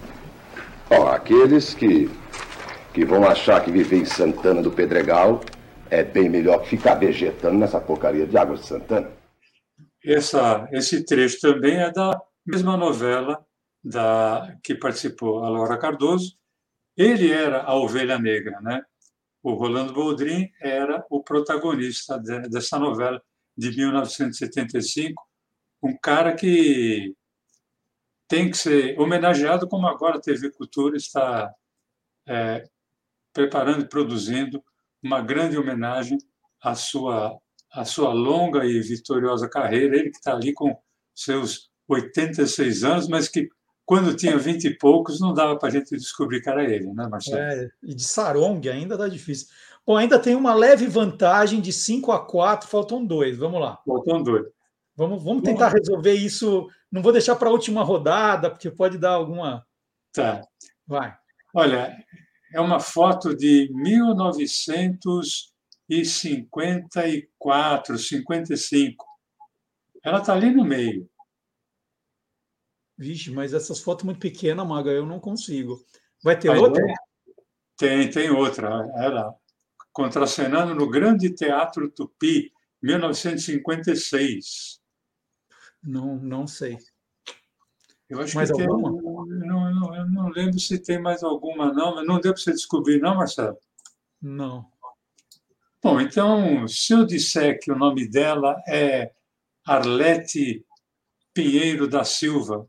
Ó, aqueles que, que vão achar que viver em Santana do Pedregal é bem melhor que ficar vegetando nessa porcaria de Águas de Santana. Essa, esse trecho também é da mesma novela da, que participou a Laura Cardoso. Ele era a ovelha negra, né? O Rolando Boldrin era o protagonista de, dessa novela de mil novecentos e setenta e cinco, um cara que tem que ser homenageado, como agora a T V Cultura está é, preparando e produzindo uma grande homenagem à sua, à sua longa e vitoriosa carreira. Ele que está ali com seus oitenta e seis anos, mas que, quando tinha vinte e poucos, não dava para a gente descobrir que era ele, né, Marcelo? É, e de sarong ainda tá difícil. Bom, ainda tem uma leve vantagem de cinco a quatro, faltam dois. Vamos lá. Faltam dois. Vamos, vamos tentar resolver isso. Não vou deixar para a última rodada, porque pode dar alguma. Tá. Vai. Olha, é uma foto de mil novecentos e cinquenta e quatro, cinquenta e cinco. Ela está ali no meio. Vixe, mas essas fotos muito pequenas, Maga, eu não consigo. Vai ter Aí, outra? Tem, tem outra. Ela contracenando no Grande Teatro Tupi, mil novecentos e cinquenta e seis. Não, não sei. Eu acho mais que tem. alguma? Não, não, eu não lembro se tem mais alguma, não, mas não deu para você descobrir, não, Marcelo? Não. Bom, então, se eu disser que o nome dela é Arlete Pinheiro da Silva,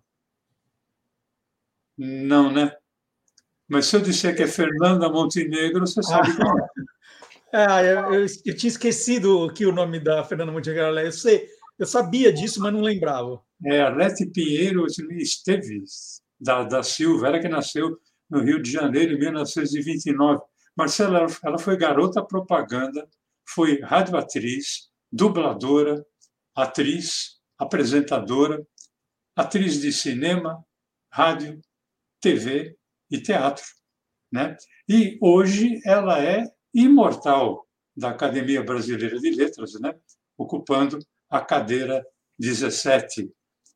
não, né? Mas se eu disser que é Fernanda Montenegro, você sabe que é. Ah, eu, eu, eu tinha esquecido que o nome da Fernanda Montenegro, eu sei, eu sabia disso, mas não lembrava. É Arlete Pinheiro Esteves da, da Silva, ela que nasceu no Rio de Janeiro em mil novecentos e vinte e nove. Marcela, ela foi garota propaganda, foi radioatriz, dubladora, atriz, apresentadora, atriz de cinema, rádio, T V e teatro, né? E hoje ela é imortal da Academia Brasileira de Letras, né? Ocupando a cadeira dezessete.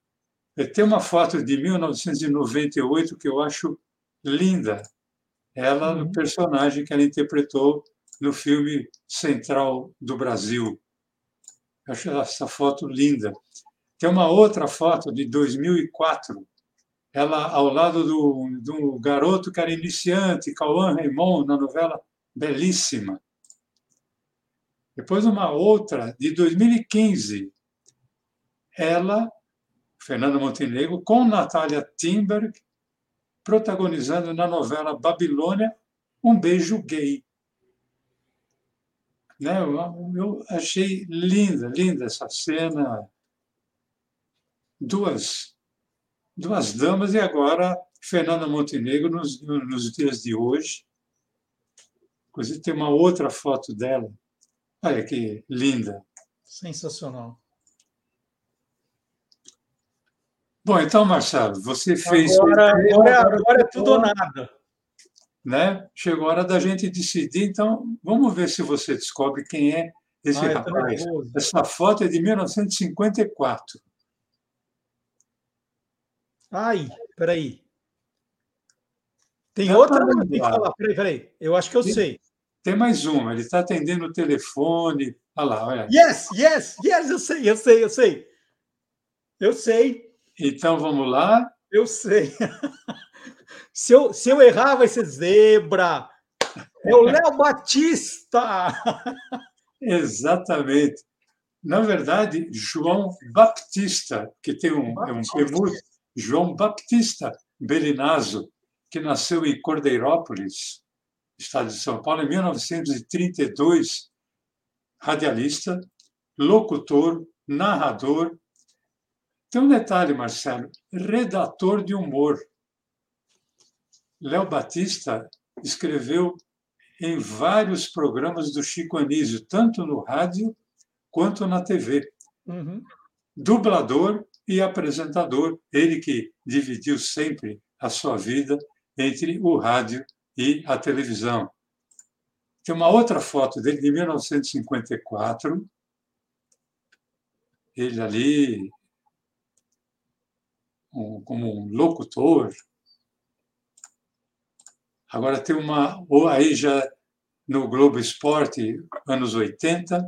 Tem uma foto de mil novecentos e noventa e oito que eu acho linda. Ela, no personagem que ela interpretou no filme Central do Brasil. Eu acho essa foto linda. Tem uma outra foto de dois mil e quatro, ela ao lado do, do garoto que era iniciante, Cauã Raymond, na novela Belíssima. Depois uma outra, de dois mil e quinze, ela, Fernanda Montenegro, com Natália Timberg, protagonizando na novela Babilônia Um Beijo Gay. Né? Eu, eu achei linda, linda essa cena. Duas, duas damas, e agora Fernanda Montenegro nos, nos dias de hoje. Inclusive, tem uma outra foto dela. Olha que linda. Sensacional. Bom, então, Marcelo, você fez... Agora, agora, agora é tudo ou nada. Né? Chegou a hora da gente decidir, então vamos ver se você descobre quem é esse ah, rapaz. Essa foto é de mil novecentos e cinquenta e quatro. Ai, peraí. Tem outra? Tá, tem que falar. Peraí, peraí. Eu acho que eu tem, sei. Tem mais uma. Ele está atendendo o telefone. Olha lá, olha. Yes, yes, yes, eu sei, eu sei, eu sei. Eu sei. Então, vamos lá. Eu sei. se, eu, se eu errar, vai ser zebra. É o Léo Batista. Exatamente. Na verdade, João Baptista, que tem um, é um permuto, João Baptista Belinazzo, que nasceu em Cordeirópolis, estado de São Paulo, em mil novecentos e trinta e dois, radialista, locutor, narrador. Tem um detalhe, Marcelo, redator de humor. Léo Batista escreveu em vários programas do Chico Anísio, tanto no rádio quanto na T V. Uhum. Dublador e apresentador, ele que dividiu sempre a sua vida entre o rádio e a televisão. Tem uma outra foto dele, de mil novecentos e cinquenta e quatro. Ele ali, um, como um locutor. Agora tem uma, ou aí já no Globo Esporte, anos oitenta.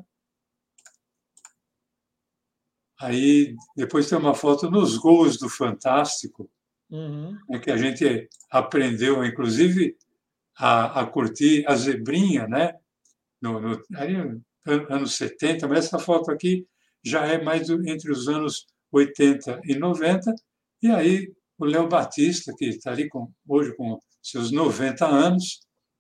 Aí depois tem uma foto nos gols do Fantástico, uhum. em que a gente aprendeu, inclusive, a, a curtir a zebrinha, né? No, no, aí, anos setenta, mas essa foto aqui já é mais do, entre os anos oitenta e noventa. E aí o Léo Batista, que está ali com, hoje com seus noventa anos,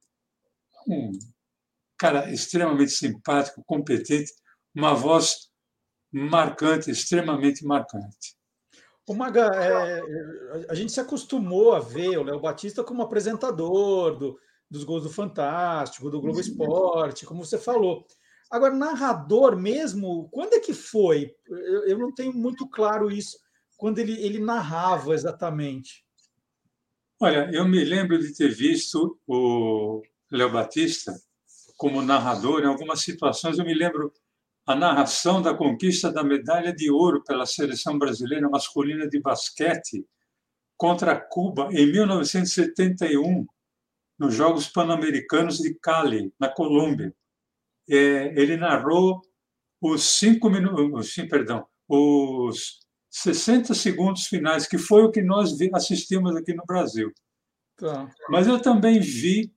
um cara extremamente simpático, competente, uma voz marcante, extremamente marcante. O Maga, é, a gente se acostumou a ver o Léo Batista como apresentador do, dos Gols do Fantástico, do Globo Esporte, como você falou. Agora, narrador mesmo, quando é que foi? Eu, eu não tenho muito claro isso, quando ele, ele narrava exatamente. Olha, eu me lembro de ter visto o Léo Batista como narrador em algumas situações. Eu me lembro a narração da conquista da medalha de ouro pela seleção brasileira masculina de basquete contra Cuba em mil novecentos e setenta e um, nos Jogos Pan-Americanos de Cali, na Colômbia. É, ele narrou os cinco minutos, sim, perdão, os sessenta segundos finais, que foi o que nós assistimos aqui no Brasil. Tá. Mas eu também vi,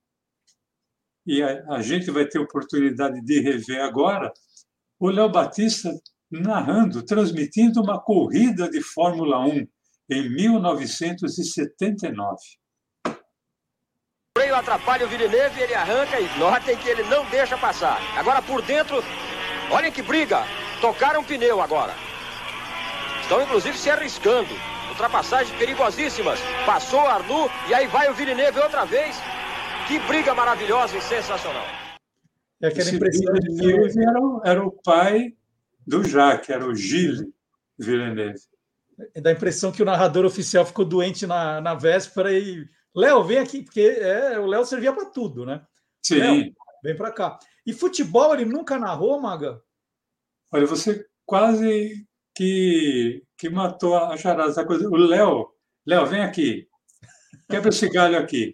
e a, a gente vai ter oportunidade de rever agora, o Léo Batista narrando, transmitindo uma corrida de Fórmula um em mil novecentos e setenta e nove. O freio atrapalha o Villeneuve, ele arranca e notem que ele não deixa passar. Agora por dentro, olhem que briga, tocaram pneu agora. Estão inclusive se arriscando, ultrapassagens perigosíssimas. Passou o Arnoux e aí vai o Villeneuve outra vez. Que briga maravilhosa e sensacional. É aquela Esse impressão de Villeneuve era, era o pai do Jacques, era o Gilles Villeneuve. Dá a impressão que o narrador oficial ficou doente na, na véspera e... Léo, vem aqui, porque é, o Léo servia para tudo, né? Sim. Léo, vem para cá. E futebol ele nunca narrou, Maga? Olha, você quase que, que matou a charada. Essa coisa. O Léo, Léo, vem aqui, quebra esse galho aqui.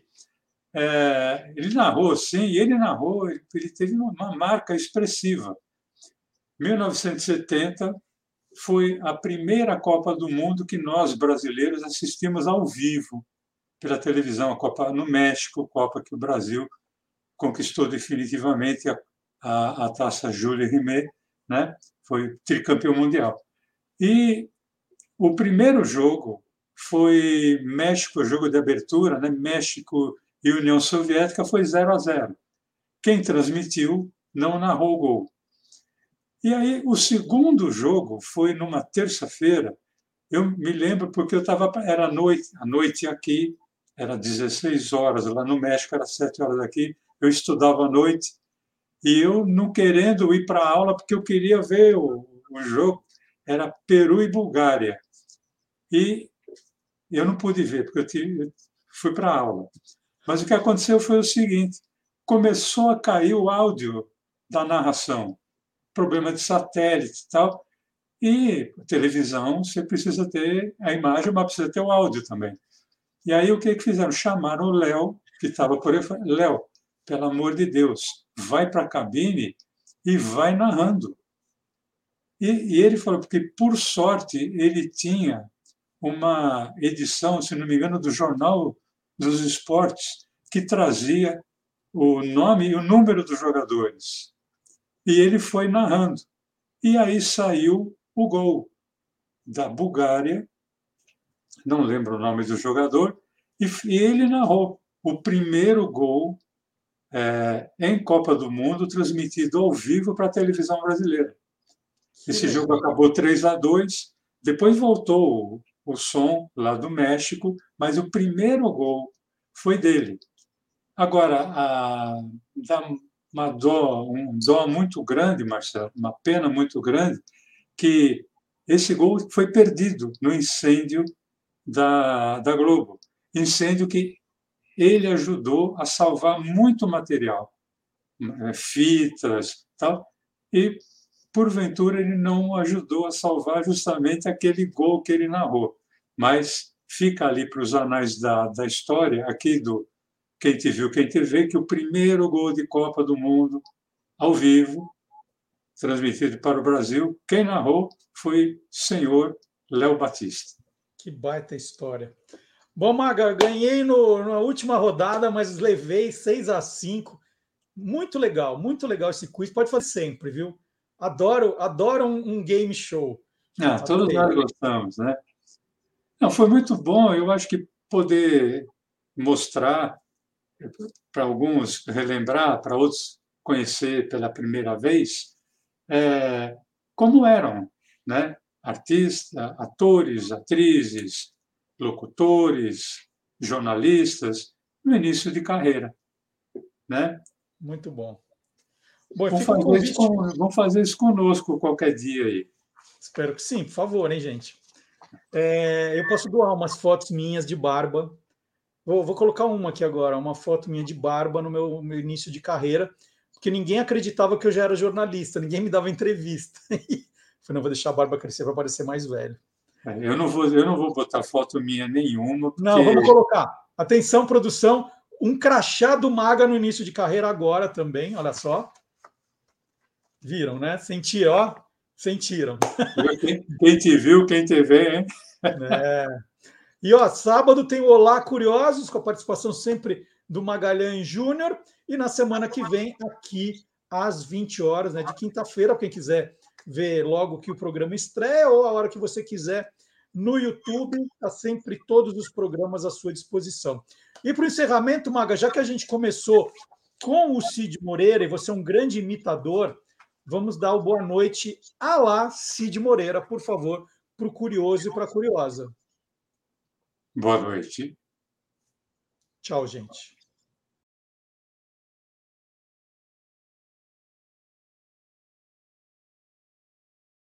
É, ele narrou, sim, e ele narrou, ele teve uma marca expressiva. mil novecentos e setenta foi a primeira Copa do Mundo que nós, brasileiros, assistimos ao vivo pela televisão, a Copa no México, Copa que o Brasil conquistou definitivamente a, a, a taça Jules Rimet, né? Foi tricampeão mundial. E o primeiro jogo foi México, o jogo de abertura, né? México e União Soviética, foi zero a zero. Quem transmitiu não narrou o gol. E aí, o segundo jogo foi numa terça-feira. Eu me lembro porque eu estava. Era noite, a noite aqui, era dezesseis horas, lá no México era sete horas aqui. Eu estudava à noite e eu não querendo ir para a aula porque eu queria ver o, o jogo. Era Peru e Bulgária. E eu não pude ver, porque eu, tive, eu fui para a aula. Mas o que aconteceu foi o seguinte: começou a cair o áudio da narração. Problema de satélite e tal. E televisão, você precisa ter a imagem, mas precisa ter o áudio também. E aí o que, que fizeram? Chamaram o Léo, que estava por aí, e falaram: Léo, pelo amor de Deus, vai para a cabine e vai narrando. E, e ele falou, porque, por sorte, ele tinha uma edição, se não me engano, do Jornal dos Esportes, que trazia o nome e o número dos jogadores. E ele foi narrando. E aí saiu o gol da Bulgária, não lembro o nome do jogador, e ele narrou o primeiro gol é, em Copa do Mundo, transmitido ao vivo para a televisão brasileira. Esse jogo acabou três a dois, depois voltou o, o som lá do México, mas o primeiro gol foi dele. Agora, a, dá uma dó, um dó muito grande, Marcelo, uma pena muito grande, que esse gol foi perdido no incêndio da, da Globo. Incêndio que ele ajudou a salvar muito material, fitas, tal, e, porventura, ele não ajudou a salvar justamente aquele gol que ele narrou. Mas fica ali para os anais da, da história, aqui do Quem Te Viu, Quem Te Vê, que o primeiro gol de Copa do Mundo, ao vivo, transmitido para o Brasil, quem narrou foi o senhor Léo Batista. Que baita história. Bom, Maga, ganhei no, na última rodada, mas levei seis a cinco. Muito legal, muito legal esse quiz. Pode fazer sempre, viu? Adoro, adoro um, um game show. Ah, todos nós gostamos, né? Não, foi muito bom. Eu acho que poder mostrar para alguns, relembrar, para outros conhecer pela primeira vez, é, como eram, né? Artistas, atores, atrizes, locutores, jornalistas, no início de carreira, né? Muito bom. Bom, vamos, fazer um isso com, vamos fazer isso conosco qualquer dia aí. Espero que sim, por favor, hein, gente? É, eu posso doar umas fotos minhas de barba. Vou, vou colocar uma aqui agora, uma foto minha de barba no meu, meu início de carreira, porque ninguém acreditava que eu já era jornalista, ninguém me dava entrevista. Falei, não, vou deixar a barba crescer para parecer mais velho. Eu não vou, eu não vou botar foto minha nenhuma. Porque... Não, vamos colocar. Atenção, produção, um crachá do Maga no início de carreira agora também, olha só. Viram, né? Sentiram, ó. Sentiram. Quem, quem te viu, quem te vê, hein? É. E, ó, sábado tem o Olá Curiosos, com a participação sempre do Magalhães Júnior, e na semana que vem, aqui às vinte horas, né, de quinta-feira, quem quiser ver logo que o programa estreia, ou a hora que você quiser, no YouTube, está sempre todos os programas à sua disposição. E para o encerramento, Maga, já que a gente começou com o Cid Moreira, e você é um grande imitador, vamos dar o boa noite a lá, Cid Moreira, por favor, para o curioso e para a curiosa. Boa noite. Tchau, gente.